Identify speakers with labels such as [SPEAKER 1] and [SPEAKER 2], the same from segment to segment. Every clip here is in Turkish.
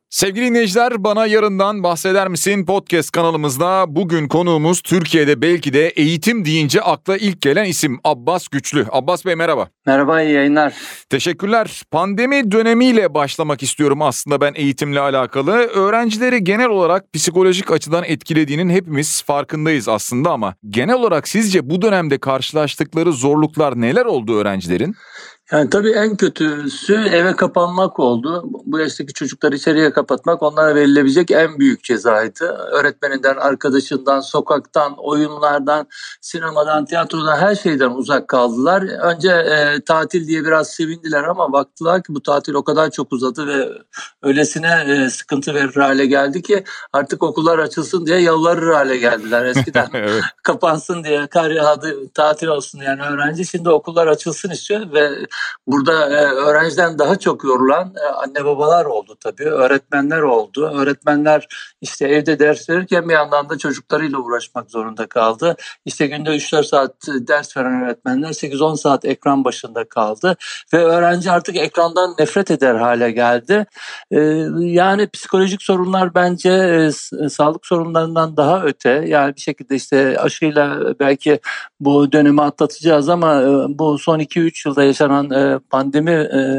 [SPEAKER 1] Sevgili dinleyiciler, Bana Yarından Bahseder Misin podcast kanalımızda bugün konuğumuz Türkiye'de belki de eğitim deyince akla ilk gelen isim Abbas Güçlü. Abbas Bey merhaba.
[SPEAKER 2] Merhaba, iyi yayınlar.
[SPEAKER 1] Teşekkürler. Pandemi dönemiyle başlamak istiyorum aslında ben eğitimle alakalı. Öğrencileri genel olarak psikolojik açıdan etkilediğinin hepimiz farkındayız aslında ama genel olarak sizce bu dönemde karşılaştıkları zorluklar neler oldu öğrencilerin?
[SPEAKER 2] Yani tabii en kötüsü eve kapanmak oldu. Bu yaştaki çocukları içeriye kapatmak onlara verilebilecek en büyük cezaydı. Öğretmeninden, arkadaşından, sokaktan, oyunlardan, sinemadan, tiyatrodan her şeyden uzak kaldılar. Önce tatil diye biraz sevindiler ama baktılar ki bu tatil o kadar çok uzadı ve öylesine sıkıntı verir hale geldi ki artık okullar açılsın diye yalvarır hale geldiler. Eskiden
[SPEAKER 1] Evet.
[SPEAKER 2] kapansın diye kar yağdı, tatil olsun yani öğrenci şimdi okullar açılsın istiyor ve burada öğrenciden daha çok yorulan anne babalar oldu tabii, öğretmenler oldu. Öğretmenler işte evde ders verirken bir yandan da çocuklarıyla uğraşmak zorunda kaldı. İşte günde 3-4 saat ders veren öğretmenler 8-10 saat ekran başında kaldı. Ve öğrenci artık ekrandan nefret eder hale geldi. Yani psikolojik sorunlar bence sağlık sorunlarından daha öte. Yani bir şekilde işte aşıyla belki bu dönemi atlatacağız ama bu son 2-3 yılda yaşanan pandemi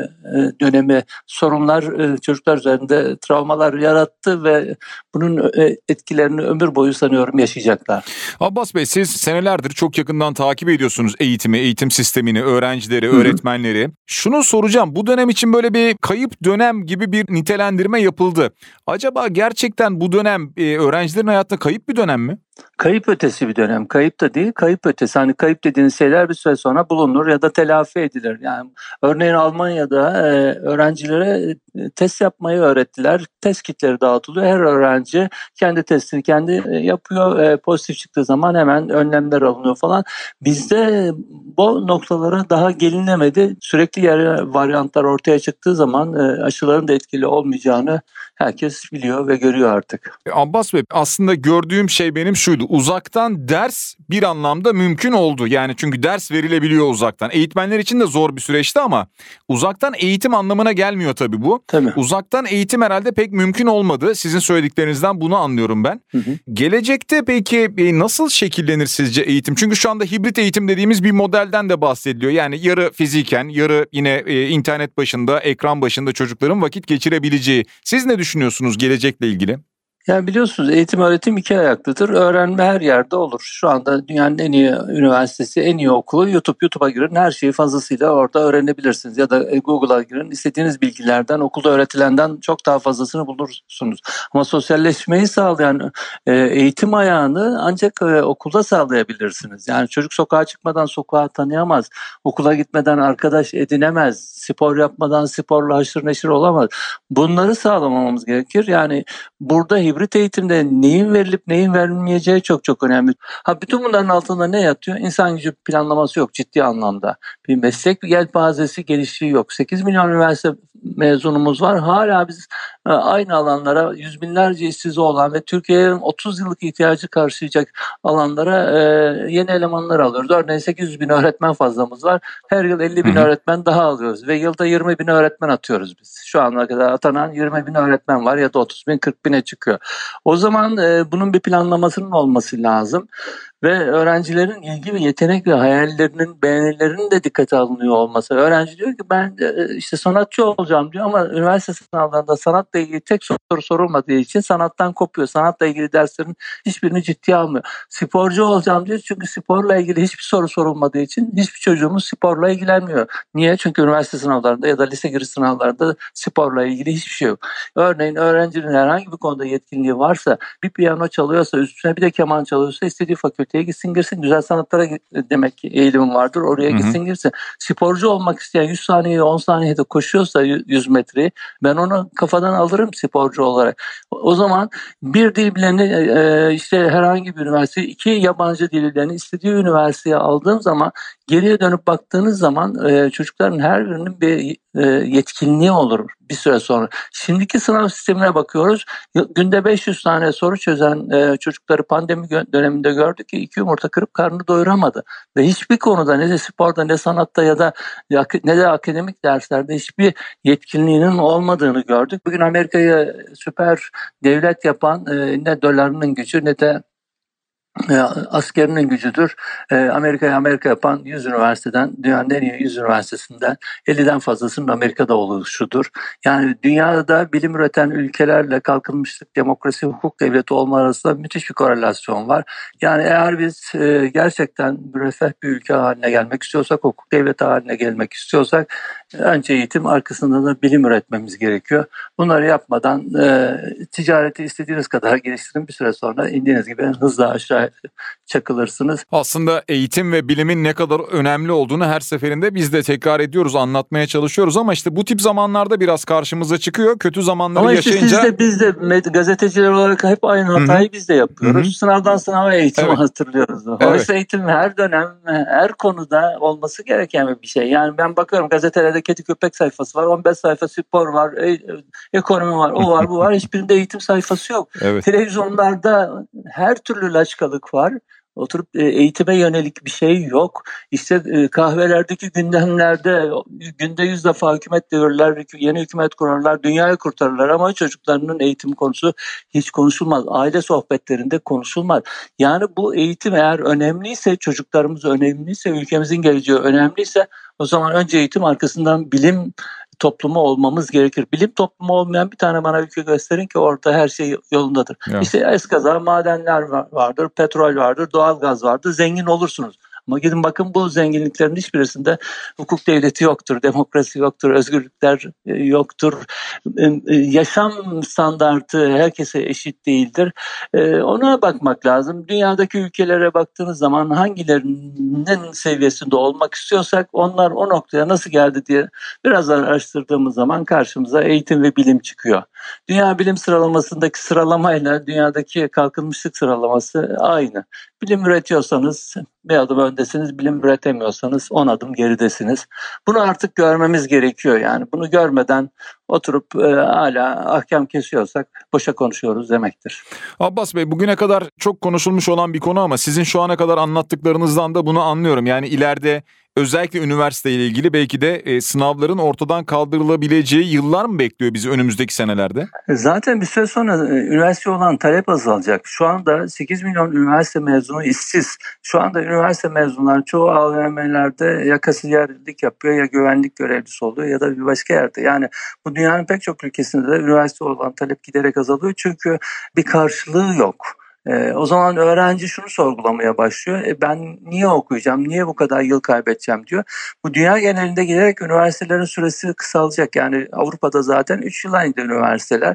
[SPEAKER 2] dönemi sorunlar çocuklar üzerinde travmalar yarattı ve bunun etkilerini ömür boyu sanıyorum yaşayacaklar.
[SPEAKER 1] Abbas Bey, siz senelerdir çok yakından takip ediyorsunuz eğitimi, eğitim sistemini, öğrencileri, öğretmenleri. Şunu soracağım, bu dönem için böyle bir kayıp dönem gibi bir nitelendirme yapıldı. Acaba gerçekten bu dönem öğrencilerin hayatında kayıp bir dönem mi?
[SPEAKER 2] Kayıp ötesi bir dönem. Kayıp da değil, kayıp ötesi. Hani kayıp dediğiniz şeyler bir süre sonra bulunur ya da telafi edilir. Yani örneğin Almanya'da öğrencilere test yapmayı öğrettiler. Test kitleri dağıtılıyor. Her öğrenci kendi testini kendi yapıyor. Pozitif çıktığı zaman hemen önlemler alınıyor falan. Bizde bu noktalara daha gelinemedi. Sürekli yeni varyantlar ortaya çıktığı zaman aşıların da etkili olmayacağını herkes biliyor ve görüyor artık.
[SPEAKER 1] Abbas Bey, aslında gördüğüm şey benim şuydu. Uzaktan ders bir anlamda mümkün oldu. Yani çünkü ders verilebiliyor uzaktan. Eğitmenler için de zor bir süreçti ama uzaktan eğitim anlamına gelmiyor tabii bu.
[SPEAKER 2] Tabii.
[SPEAKER 1] Uzaktan eğitim herhalde pek mümkün olmadı. Sizin söylediklerinizden bunu anlıyorum ben. Gelecekte peki nasıl şekillenir sizce eğitim? Çünkü şu anda hibrit eğitim dediğimiz bir modelden de bahsediliyor. Yani yarı fiziken, yarı yine internet başında, ekran başında çocukların vakit geçirebileceği. Siz ne düşünüyorsunuz gelecekle ilgili?
[SPEAKER 2] Yani biliyorsunuz eğitim öğretim iki ayaklıdır. Öğrenme her yerde olur. Şu anda dünyanın en iyi üniversitesi, en iyi okulu YouTube'a girin. Her şeyi fazlasıyla orada öğrenebilirsiniz. Ya da Google'a girin. İstediğiniz bilgilerden, okulda öğretilenden çok daha fazlasını bulursunuz. Ama sosyalleşmeyi sağlayan eğitim ayağını ancak okulda sağlayabilirsiniz. Yani çocuk sokağa çıkmadan sokağı tanıyamaz. Okula gitmeden arkadaş edinemez. Spor yapmadan sporla haşır neşir olamaz. Bunları sağlamamız gerekir. Yani burada hibrit eğitimde neyin verilip neyin verilmeyeceği çok çok önemli. Bütün bunların altında ne yatıyor? İnsan gücü planlaması yok ciddi anlamda. Bir meslek yelpazesi geliştiği yok. 8 milyon üniversite mezunumuz var. Hala biz aynı alanlara yüz binlerce işsiz olan ve Türkiye'nin 30 yıllık ihtiyacı karşılayacak alanlara yeni elemanlar alıyoruz. Örneğin 800 bin öğretmen fazlamız var. Her yıl 50 bin öğretmen daha alıyoruz ve yılda 20 bin öğretmen atıyoruz biz. Şu ana kadar atanan 20 bin öğretmen var ya da 30 bin 40 bine çıkıyor. O zaman bunun bir planlamasının olması lazım. Ve öğrencilerin ilgi ve yetenek ve hayallerinin, beğenilerinin de dikkate alınıyor olması. Öğrenci diyor ki ben işte sanatçı olacağım diyor ama üniversite sınavlarında sanatla ilgili tek soru sorulmadığı için sanattan kopuyor. Sanatla ilgili derslerin hiçbirini ciddiye almıyor. Sporcu olacağım diyor çünkü sporla ilgili hiçbir soru sorulmadığı için hiçbir çocuğumuz sporla ilgilenmiyor. Niye? Çünkü üniversite sınavlarında ya da lise giriş sınavlarında sporla ilgili hiçbir şey yok. Örneğin öğrencinin herhangi bir konuda yetkinliği varsa, bir piyano çalıyorsa, üstüne bir de keman çalıyorsa istediği fakülteye gitsin girsin. Güzel sanatlara demek ki eğilimim vardır. Oraya gitsin girsin. Sporcu olmak isteyen 100 saniyede 10 saniyede koşuyorsa 100 metreyi ben onu kafadan alırım sporcu olarak. O zaman bir dil bileni işte herhangi bir üniversite, iki yabancı dil bileni istediği üniversiteye aldığım zaman geriye dönüp baktığınız zaman çocukların her birinin bir yetkinliği olur bir süre sonra. Şimdiki sınav sistemine bakıyoruz. Günde 500 tane soru çözen çocukları pandemi döneminde gördük ki 2 yumurta kırıp karnını doyuramadı. Ve hiçbir konuda, ne de sporda, ne sanatta ya da ne de akademik derslerde hiçbir yetkinliğinin olmadığını gördük. Bugün Amerika'yı süper devlet yapan ne dolarının gücü ne de askerinin gücüdür. Amerika'yı Amerika yapan 100 üniversiteden, dünyanın en iyi 100 üniversitesinden 50'den fazlasının Amerika'da oluşudur. Yani dünyada bilim üreten ülkelerle kalkınmışlık, demokrasi, hukuk devleti olma arasında müthiş bir korelasyon var. Yani eğer biz gerçekten refah bir ülke haline gelmek istiyorsak, hukuk devleti haline gelmek istiyorsak önce eğitim, arkasından da bilim üretmemiz gerekiyor. Bunları yapmadan ticareti istediğiniz kadar geliştirin, bir süre sonra indiğiniz gibi hızla aşağı çakılırsınız.
[SPEAKER 1] Aslında eğitim ve bilimin ne kadar önemli olduğunu her seferinde biz de tekrar ediyoruz, anlatmaya çalışıyoruz ama işte bu tip zamanlarda biraz karşımıza çıkıyor. Kötü zamanları
[SPEAKER 2] ama işte
[SPEAKER 1] yaşayınca...
[SPEAKER 2] biz de gazeteciler olarak hep aynı hatayı biz de yapıyoruz. Sınavdan sınava eğitimi hatırlıyoruz. Oysa eğitim her dönem, her konuda olması gereken bir şey. Yani ben bakıyorum, gazetelerde kedi köpek sayfası var, 15 sayfa spor var, ekonomi var, o var, bu var. Hiçbirinde eğitim sayfası yok. Televizyonlarda her türlü laçkalık var. Oturup eğitime yönelik bir şey yok. İşte kahvelerdeki gündemlerde günde 100 defa hükümet devirler, yeni hükümet kurarlar, dünyayı kurtarırlar ama çocuklarının eğitim konusu hiç konuşulmaz. Aile sohbetlerinde konuşulmaz. Yani bu eğitim eğer önemliyse, çocuklarımız önemliyse, ülkemizin geleceği önemliyse, o zaman önce eğitim, arkasından bilim toplumu olmamız gerekir. Bilim toplumu olmayan bir tane bana ülke gösterin ki orada her şey yolundadır. Ya. İşte eskaza madenler vardır, petrol vardır, doğalgaz vardır, zengin olursunuz. Ama gidin bakın, bu zenginliklerin hiçbirisinde hukuk devleti yoktur, demokrasi yoktur, özgürlükler yoktur. Yaşam standartı herkese eşit değildir. Ona bakmak lazım. Dünyadaki ülkelere baktığınız zaman hangilerinin seviyesinde olmak istiyorsak onlar o noktaya nasıl geldi diye biraz araştırdığımız zaman karşımıza eğitim ve bilim çıkıyor. Dünya bilim sıralamasındaki sıralamayla dünyadaki kalkınmışlık sıralaması aynı. Bilim üretiyorsanız bir adım öndesiniz, bilim üretemiyorsanız 10 adım geridesiniz. Bunu artık görmemiz gerekiyor yani. Bunu görmeden oturup hala ahkam kesiyorsak boşa konuşuyoruz demektir.
[SPEAKER 1] Abbas Bey, bugüne kadar çok konuşulmuş olan bir konu ama sizin şu ana kadar anlattıklarınızdan da bunu anlıyorum. Yani ileride özellikle üniversite ile ilgili belki de sınavların ortadan kaldırılabileceği yıllar mı bekliyor bizi önümüzdeki senelerde?
[SPEAKER 2] Zaten bir süre sonra üniversite olan talep azalacak. Şu anda 8 milyon üniversite mezunu işsiz. Şu anda üniversite mezunları çoğu AVM'lerde ya kasiyerlik yapıyor, ya güvenlik görevlisi oluyor ya da bir başka yerde. Yani bu dünyanın pek çok ülkesinde de üniversite olan talep giderek azalıyor çünkü bir karşılığı yok. O zaman öğrenci şunu sorgulamaya başlıyor. Ben niye okuyacağım, niye bu kadar yıl kaybedeceğim diyor. Bu dünya genelinde giderek üniversitelerin süresi kısalacak. Yani Avrupa'da zaten 3 yıla indi üniversiteler.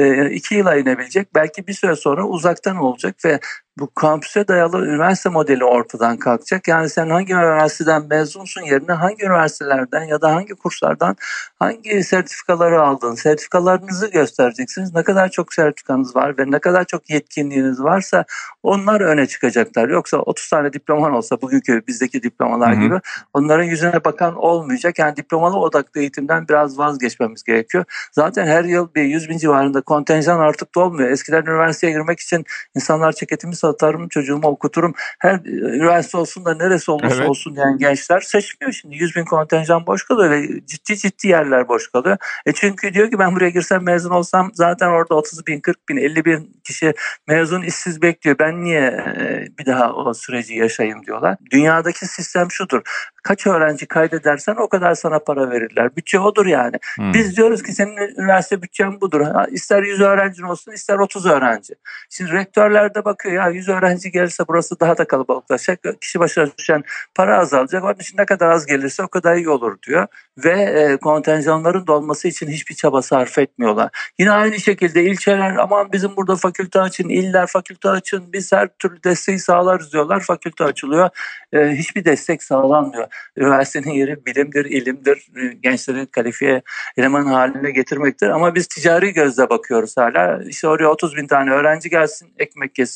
[SPEAKER 2] 2 yıla inebilecek. Belki bir süre sonra uzaktan olacak ve bu kampüse dayalı üniversite modeli ortadan kalkacak. Yani sen hangi üniversiteden mezunsun yerine hangi üniversitelerden ya da hangi kurslardan hangi sertifikaları aldın, sertifikalarınızı göstereceksiniz. Ne kadar çok sertifikanız var ve ne kadar çok yetkinliğiniz varsa onlar öne çıkacaklar. Yoksa 30 tane diploman olsa bugünkü bizdeki diplomalar gibi onların yüzüne bakan olmayacak. Yani diplomalı odaklı eğitimden biraz vazgeçmemiz gerekiyor. Zaten her yıl bir 100 bin civarında kontenjan artık dolmuyor. Eskiden üniversiteye girmek için insanlar ceketimi satarım, çocuğumu okuturum. Her üniversite olsun da neresi olursa olsun yani gençler seçmiyor şimdi. 100 bin kontenjan boş kalıyor ve ciddi yerler boş kalıyor. Çünkü diyor ki ben buraya girsem, mezun olsam zaten orada 30 bin, 40 bin, 50 bin kişi mezun işsiz bekliyor. Ben niye bir daha o süreci yaşayayım diyorlar. Dünyadaki sistem şudur. Kaç öğrenci kaydedersen o kadar sana para verirler. Bütçe odur yani. Biz diyoruz ki senin üniversite bütçen budur. İster 100 öğrencin olsun, ister 30 öğrenci. Şimdi rektörler de bakıyor, ya 100 öğrenci gelirse burası daha da kalabalıklaşacak. Kişi başına düşen para azalacak. Onun için ne kadar az gelirse o kadar iyi olur diyor. Ve kontenjanların dolması için hiçbir çaba sarf etmiyorlar. Yine aynı şekilde ilçeler aman bizim burada fakülte açın, iller fakülte açın, biz her türlü desteği sağlarız diyorlar. Fakülte açılıyor. Hiçbir destek sağlanmıyor. Üniversitenin yeri bilimdir, ilimdir, gençleri kalifiye eleman haline getirmektir. Ama biz ticari gözle bakıyoruz hala. İşte oraya 30 bin tane öğrenci gelsin, ekmek yesin, yemek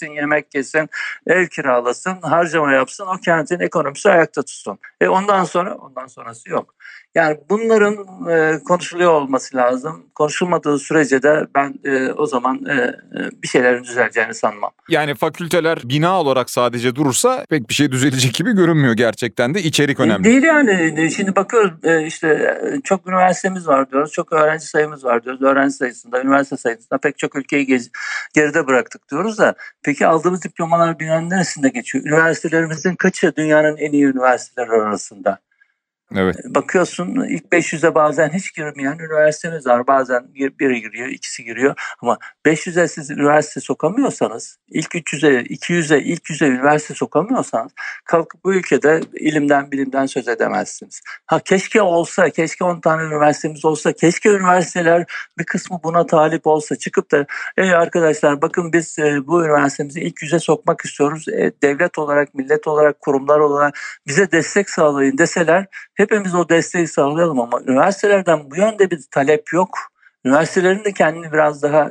[SPEAKER 2] yemek yesin, ev kiralasın, harcama yapsın, o kentin ekonomisi ayakta tutsun. Ondan sonrası yok. Yani bunların konuşuluyor olması lazım. Konuşulmadığı sürece de ben o zaman bir şeylerin düzeleceğini sanmam.
[SPEAKER 1] Yani fakülteler bina olarak sadece durursa pek bir şey düzelecek gibi görünmüyor gerçekten de. İçerik önemli.
[SPEAKER 2] Değil yani. Şimdi bakıyoruz işte çok üniversitemiz var diyoruz. Çok öğrenci sayımız var diyoruz. Öğrenci sayısında, üniversite sayısında pek çok ülkeyi geride bıraktık diyoruz da peki aldığımız diplomalar dünyanın neresinde geçiyor? Üniversitelerimizin kaçı dünyanın en iyi üniversiteler arasında?
[SPEAKER 1] Evet.
[SPEAKER 2] Bakıyorsun ilk 500'e bazen hiç girmeyen üniversitemiz var. Bazen biri giriyor, ikisi giriyor. Ama 500'e siz üniversite sokamıyorsanız, ilk 300'e, 200'e, ilk 100'e üniversite sokamıyorsanız kalkıp bu ülkede ilimden, bilimden söz edemezsiniz. Keşke olsa, keşke 10 tane üniversitemiz olsa, keşke üniversiteler bir kısmı buna talip olsa. Çıkıp da arkadaşlar bakın biz bu üniversitemizi ilk 100'e sokmak istiyoruz. Devlet olarak, millet olarak, kurumlar olarak bize destek sağlayın deseler hepimiz o desteği sağlayalım ama üniversitelerden bu yönde bir talep yok. Üniversitelerin de kendini biraz daha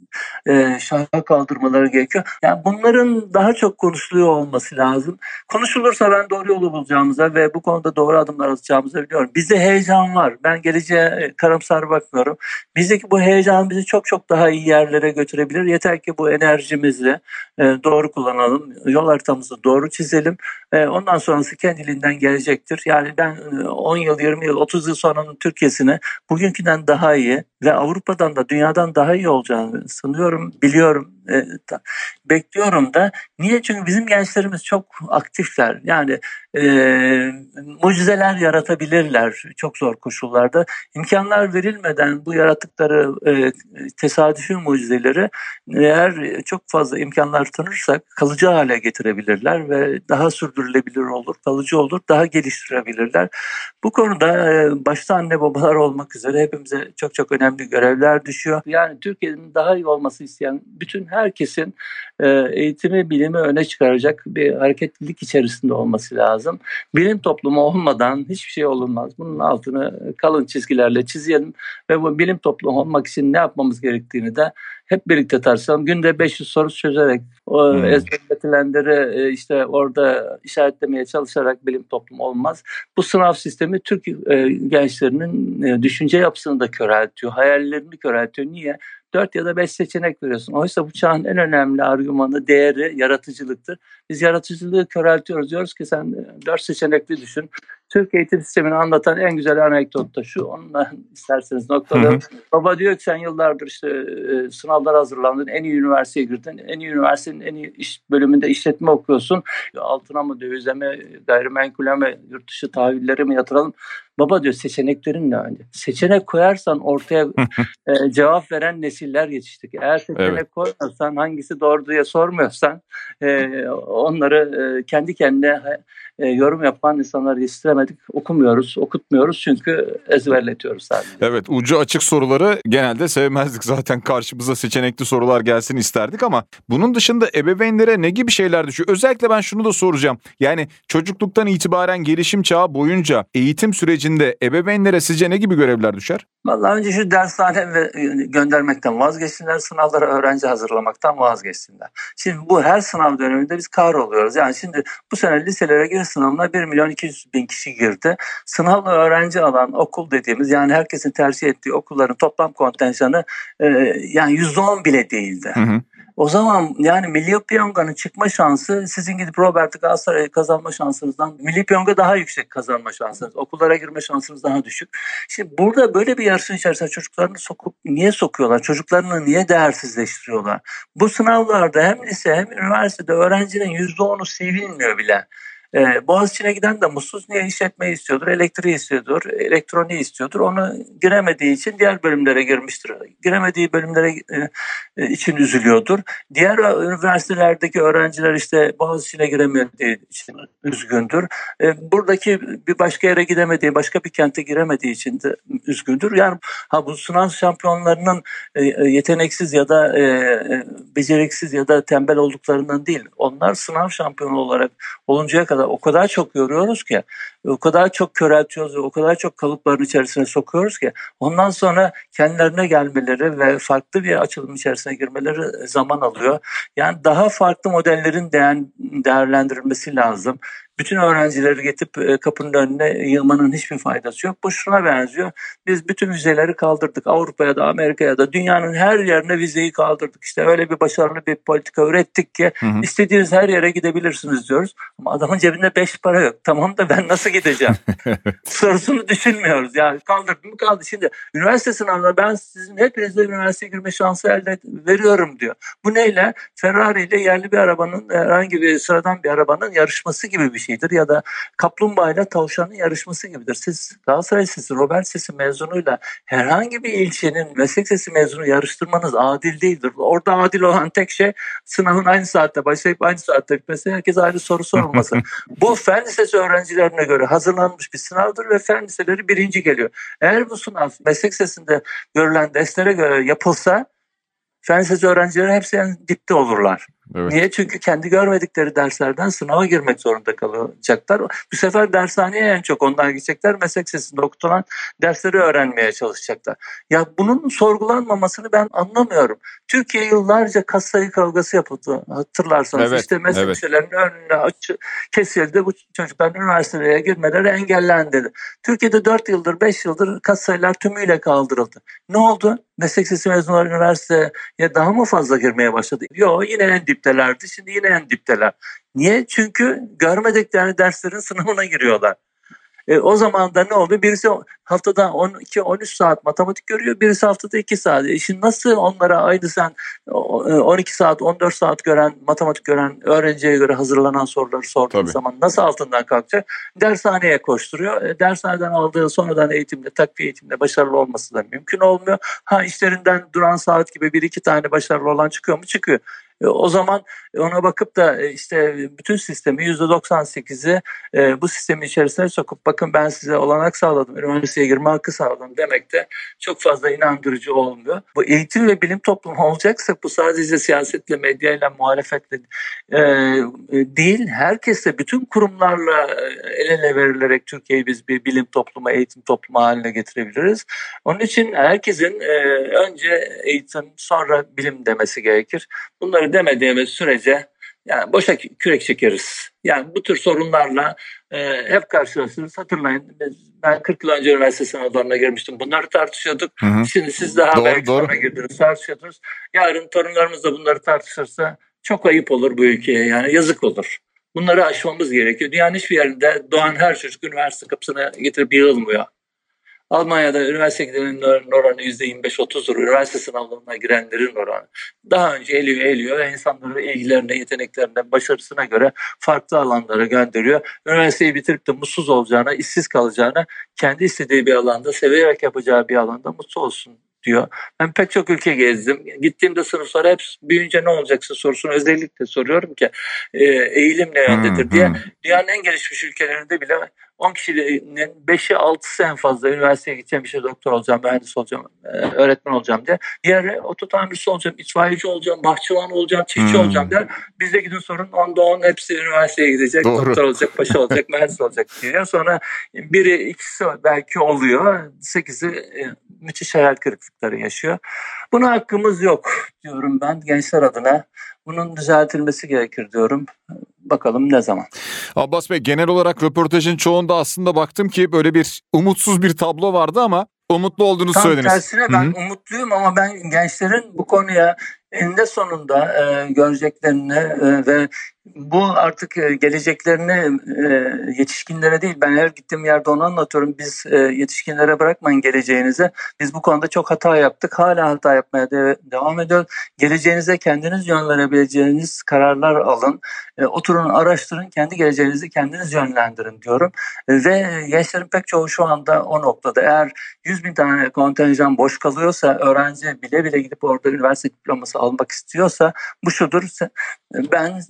[SPEAKER 2] şaha kaldırmaları gerekiyor. Yani bunların daha çok konuşuluyor olması lazım. Konuşulursa ben doğru yolu bulacağımıza ve bu konuda doğru adımlar atacağımızı biliyorum. Bizde heyecan var. Ben geleceğe karamsar bakmıyorum. Bizdeki bu heyecan bizi çok çok daha iyi yerlere götürebilir. Yeter ki bu enerjimizi doğru kullanalım. Yol haritamızı doğru çizelim. Ondan sonrası kendiliğinden gelecektir. Yani ben 10 yıl, 20 yıl, 30 yıl sonranın Türkiye'sini bugünküden daha iyi ve Avrupa'dan da dünyadan daha iyi olacağını sanıyorum, biliyorum, bekliyorum da. Niye? Çünkü bizim gençlerimiz çok aktifler. Yani mucizeler yaratabilirler çok zor koşullarda. İmkanlar verilmeden bu yarattıkları tesadüfi mucizeleri eğer çok fazla imkanlar tanırsak kalıcı hale getirebilirler ve daha sürdürülebilir olur, kalıcı olur, daha geliştirebilirler. Bu konuda başta anne babalar olmak üzere hepimize çok çok önemli görevler düşüyor. Yani Türkiye'nin daha iyi olması isteyen bütün herkesin eğitimi, bilimi öne çıkaracak bir hareketlilik içerisinde olması lazım. Bilim toplumu olmadan hiçbir şey olmaz. Bunun altını kalın çizgilerle çizelim ve bu bilim toplumu olmak için ne yapmamız gerektiğini de hep birlikte tartışalım. Günde 500 soru çözerek, ezberletilenleri işte orada işaretlemeye çalışarak bilim toplumu olmaz. Bu sınav sistemi Türk gençlerinin düşünce yapısını da köreltiyor, hayallerini köreltiyor. Niye? 4 ya da 5 seçenek veriyorsun. Oysa bu çağın en önemli argümanı, değeri yaratıcılıktır. Biz yaratıcılığı köreltiyoruz. Diyoruz ki sen 4 seçenekli düşün. Türk eğitim sistemini anlatan en güzel anekdot da şu. Onunla isterseniz noktalayalım. Baba diyor ki sen yıllardır işte sınavlar hazırlandın. En iyi üniversiteye girdin. En iyi üniversitenin en iyi bölümünde işletme okuyorsun. Altına mı, dövize mi, gayrimenkule mi, yurt dışı tahvillere mi yatıralım? Baba diyor seçeneklerin ne önce? Seçenek koyarsan ortaya cevap veren nesiller yetiştik. Eğer seçenek koymuyorsan, hangisi doğru diye sormuyorsan onları kendi kendine yorum yapan insanları yetiştiremedik. Okumuyoruz, okutmuyoruz çünkü ezberletiyoruz sadece.
[SPEAKER 1] Evet, ucu açık soruları genelde sevmezdik zaten. Karşımıza seçenekli sorular gelsin isterdik ama bunun dışında ebeveynlere ne gibi şeyler düşüyor? Özellikle ben şunu da soracağım. Yani çocukluktan itibaren gelişim çağı boyunca eğitim sürecinde ebeveynlere sizce ne gibi görevler düşer?
[SPEAKER 2] Vallahi önce şu dershane göndermekten vazgeçsinler, sınavlara öğrenci hazırlamaktan vazgeçsinler. Şimdi bu her sınav döneminde biz kahroluyoruz. Yani şimdi bu sene liselere giriş sınavına 1.200.000 kişi girdi. Sınavla öğrenci alan okul dediğimiz, yani herkesin tercih ettiği okulların toplam kontenjanı yani %10 bile değildi. O zaman yani Milli Piyango'nun çıkma şansı sizin gidip Robert'i Galatasaray'ı kazanma şansınızdan, Milli Piyango daha yüksek kazanma şansınız. Okullara girme şansınız daha düşük. Şimdi burada böyle bir yarışın içerisinde çocuklarını niye sokuyorlar? Çocuklarını niye değersizleştiriyorlar? Bu sınavlarda hem lise hem üniversitede öğrencinin %10'u sevilmiyor bile. Boğaziçi'ne giden de mutsuz. Niye? İşletmeyi istiyordur, elektriği istiyordur, elektroniği istiyordur. Onu giremediği için diğer bölümlere girmiştir. Giremediği bölümlere için üzülüyordur. Diğer üniversitelerdeki öğrenciler işte Boğaziçi'ne giremediği için üzgündür. Buradaki bir başka yere gidemediği, başka bir kente giremediği için de üzgündür. Yani bu sınav şampiyonlarının yeteneksiz ya da beceriksiz ya da tembel olduklarından değil. Onlar sınav şampiyonu olarak oluncaya kadar kadar o kadar çok yoruyoruz ki, o kadar çok köreltiyoruz ve o kadar çok kalıpların içerisine sokuyoruz ki ondan sonra kendilerine gelmeleri ve farklı bir açılım içerisine girmeleri zaman alıyor. Yani daha farklı modellerin değerlendirilmesi lazım. Bütün öğrencileri getirip kapının önüne yığmanın hiçbir faydası yok. Bu şuna benziyor. Biz bütün vizeleri kaldırdık. Avrupa'ya da Amerika'ya da dünyanın her yerine vizeyi kaldırdık. İşte öyle bir başarılı bir politika ürettik ki istediğiniz her yere gidebilirsiniz diyoruz. Ama adamın cebinde 5 para yok. Tamam da ben nasıl gideceğim? Sorusunu düşünmüyoruz. Yani kaldırdım mı kaldı. Şimdi üniversite sınavında ben sizin hepinize üniversiteye girme şansı elde veriyorum diyor. Bu neyle? Ferrari ile yerli bir arabanın, herhangi bir sıradan bir arabanın yarışması gibi bir şeydir. Ya da kaplumbağa ile tavşanın yarışması gibidir. Siz Galatasaray Lisesi, Robert Lisesi mezunuyla herhangi bir ilçenin meslek lisesi mezunu yarıştırmanız adil değildir. Orada adil olan tek şey sınavın aynı saatte başlayıp aynı saatte bitmesi, herkes aynı soru sorulması. Bu fen lisesi öğrencilerine göre hazırlanmış bir sınavdır ve fen liseleri birinci geliyor. Eğer bu sınav meslek lisesinde görülen derslere göre yapılsa fen lisesi öğrencileri hepsi en dipte olurlar. Evet. Niye? Çünkü kendi görmedikleri derslerden sınava girmek zorunda kalacaklar. Bu sefer dershaneye en çok onlar gidecekler. Meslek lisesinde okutulan dersleri öğrenmeye çalışacaklar. Ya bunun sorgulanmamasını ben anlamıyorum. Türkiye yıllarca kas sayı kavgası yapıldı. Hatırlarsanız işte meslek liselerinin önüne kesildi. Bu çocukların üniversiteye girmeleri engellendi. Türkiye'de 4 yıldır 5 yıldır kas sayılar tümüyle kaldırıldı. Ne oldu? Meslek lisesi mezunları üniversiteye daha mı fazla girmeye başladı? Yok, yine en diptelerdi. Şimdi yine en dipteler. Niye? Çünkü görmedikleri derslerin sınavına giriyorlar. O zaman da ne oldu? Birisi haftada 12-13 saat matematik görüyor. Birisi haftada 2 saat. Şimdi nasıl onlara aynı sen 12 saat 14 saat matematik gören öğrenciye göre hazırlanan soruları sorduğun zaman nasıl altından kalkacak? Dershaneye koşturuyor. Dershaneden aldığı sonradan eğitimle, takviye eğitimle başarılı olması da mümkün olmuyor. İşlerinden duran saat gibi 1-2 tane başarılı olan çıkıyor mu? Çıkıyor. O zaman ona bakıp da işte bütün sistemi %98'i bu sistemin içerisine sokup bakın ben size olanak sağladım, üniversiteye girme hakkı sağladım demek de çok fazla inandırıcı olmuyor. Bu eğitim ve bilim toplumu olacaksa bu sadece siyasetle, medyayla, muhalefetle değil, herkesle, bütün kurumlarla el ele verilerek Türkiye'yi biz bir bilim toplumu, eğitim toplumu haline getirebiliriz. Onun için herkesin önce eğitim sonra bilim demesi gerekir. Bunları demediğimiz sürece yani boşa kürek çekeriz. Yani bu tür sorunlarla hep karşılaşırız. Hatırlayın, ben 40 yıl önce üniversite sınavlarına girmiştim. Bunları tartışıyorduk. Şimdi siz daha belki sonra girdiniz, tartışıyordunuz. Yarın torunlarımız da bunları tartışırsa çok ayıp olur bu ülkeye. Yani yazık olur. Bunları aşmamız gerekiyor. Dünyanın hiçbir yerinde doğan her çocuk üniversite kapısına getirip yığılmıyor. Almanya'da üniversite gidenlerin oranı %25-30'dur. Üniversite sınavlarına girenlerin oranı. Daha önce eliyor ve insanları ilgilerine, yeteneklerine, başarısına göre farklı alanlara gönderiyor. Üniversiteyi bitirip de mutsuz olacağına, işsiz kalacağına, kendi istediği bir alanda, severek yapacağı bir alanda mutlu olsun diyor. Ben pek çok ülke gezdim. Gittiğimde sınıflara hep büyüyünce ne olacaksın sorusunu özellikle soruyorum ki eğilim ne yöndedir diye. Dünyanın en gelişmiş ülkelerinde bile 10 kişinin 5'i 6'sı en fazla üniversiteye gideceğim, işte doktor olacağım, mühendis olacağım, öğretmen olacağım diye. Diğeri ototamircisi olacağım, itfaiyeci olacağım, bahçıvan olacağım, çiftçi olacağım der. Bizde gidin sorun 10'da 10 hepsi üniversiteye gidecek, doktor olacak, paşa olacak, mühendis olacak diyor. Sonra biri ikisi belki oluyor, 8'i müthiş hayal kırıklıkları yaşıyor. Buna hakkımız yok diyorum ben gençler adına. Bunun düzeltilmesi gerekir diyorum. Bakalım ne zaman.
[SPEAKER 1] Abbas Bey, genel olarak röportajın çoğunda aslında baktım ki böyle bir umutsuz bir tablo vardı ama umutlu olduğunu söylediniz.
[SPEAKER 2] Tam tersine ben umutluyum ama ben gençlerin bu konuya eninde sonunda göreceklerini ve bu artık geleceklerini yetişkinlere değil, ben her gittiğim yerde onu anlatıyorum. Biz yetişkinlere bırakmayın geleceğinizi. Biz bu konuda çok hata yaptık. Hala hata yapmaya devam ediyoruz. Geleceğinize kendiniz yön verebileceğiniz kararlar alın. Oturun, araştırın, kendi geleceğinizi kendiniz yönlendirin diyorum. Ve gençlerin pek çoğu şu anda o noktada. Eğer 100.000 tane kontenjan boş kalıyorsa, öğrenci bile bile gidip orada üniversite diploması almak istiyorsa bu şudur: benim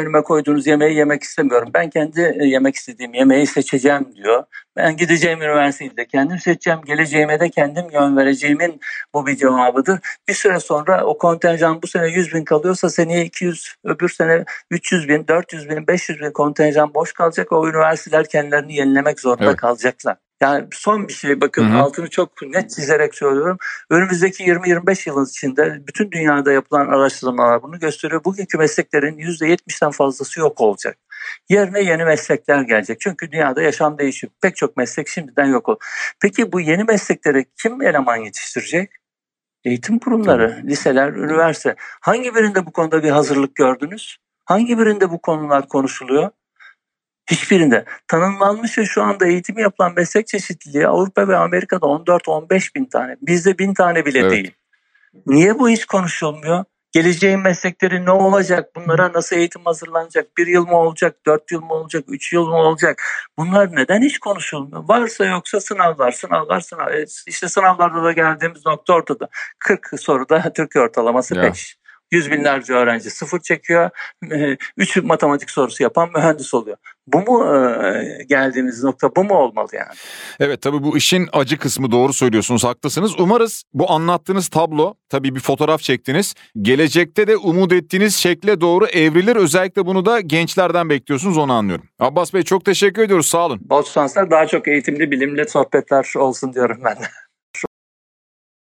[SPEAKER 2] önüme koyduğunuz yemeği yemek istemiyorum. Ben kendi yemek istediğim yemeği seçeceğim diyor. Ben gideceğim üniversiteyi de kendim seçeceğim. Geleceğime de kendim yön vereceğimin bu bir cevabıdır. Bir süre sonra o kontenjan bu sene 100 bin kalıyorsa seneye 200, öbür sene 300 bin, 400 bin, 500 bin kontenjan boş kalacak. O üniversiteler kendilerini yenilemek zorunda kalacaklar. Yani son bir şey, bakın altını çok net çizerek söylüyorum. Önümüzdeki 20-25 yıl içinde bütün dünyada yapılan araştırmalar bunu gösteriyor. Bugünkü mesleklerin %70'den fazlası yok olacak. Yerine yeni meslekler gelecek. Çünkü dünyada yaşam değişiyor. Pek çok meslek şimdiden yok oldu. Peki bu yeni mesleklere kim eleman yetiştirecek? Eğitim kurumları, liseler, üniversite. Hangi birinde bu konuda bir hazırlık gördünüz? Hangi birinde bu konular konuşuluyor? Hiçbirinde. Tanımlanmış ve şu anda eğitimi yapılan meslek çeşitliliği Avrupa ve Amerika'da 14-15 bin tane. Bizde 1000 tane bile değil. Niye bu hiç konuşulmuyor? Geleceğin meslekleri ne olacak? Bunlara nasıl eğitim hazırlanacak? 1 yıl mı olacak? 4 yıl mı olacak? 3 yıl mı olacak? Bunlar neden hiç konuşulmuyor? Varsa yoksa sınavlar. İşte sınavlarda da geldiğimiz nokta ortada. 40 soruda Türkiye ortalaması 5. Yüz binlerce öğrenci 0 çekiyor. 3 matematik sorusu yapan mühendis oluyor. Bu mu geldiğimiz nokta? Bu mu olmalı yani?
[SPEAKER 1] Evet, tabii bu işin acı kısmı, doğru söylüyorsunuz, haklısınız. Umarız bu anlattığınız tablo, tabii bir fotoğraf çektiniz, gelecekte de umut ettiğiniz şekle doğru evrilir. Özellikle bunu da gençlerden bekliyorsunuz, onu anlıyorum. Abbas Bey, çok teşekkür ediyoruz, sağ olun.
[SPEAKER 2] Bol şanslar, daha çok eğitimli, bilimli sohbetler olsun diyorum ben de.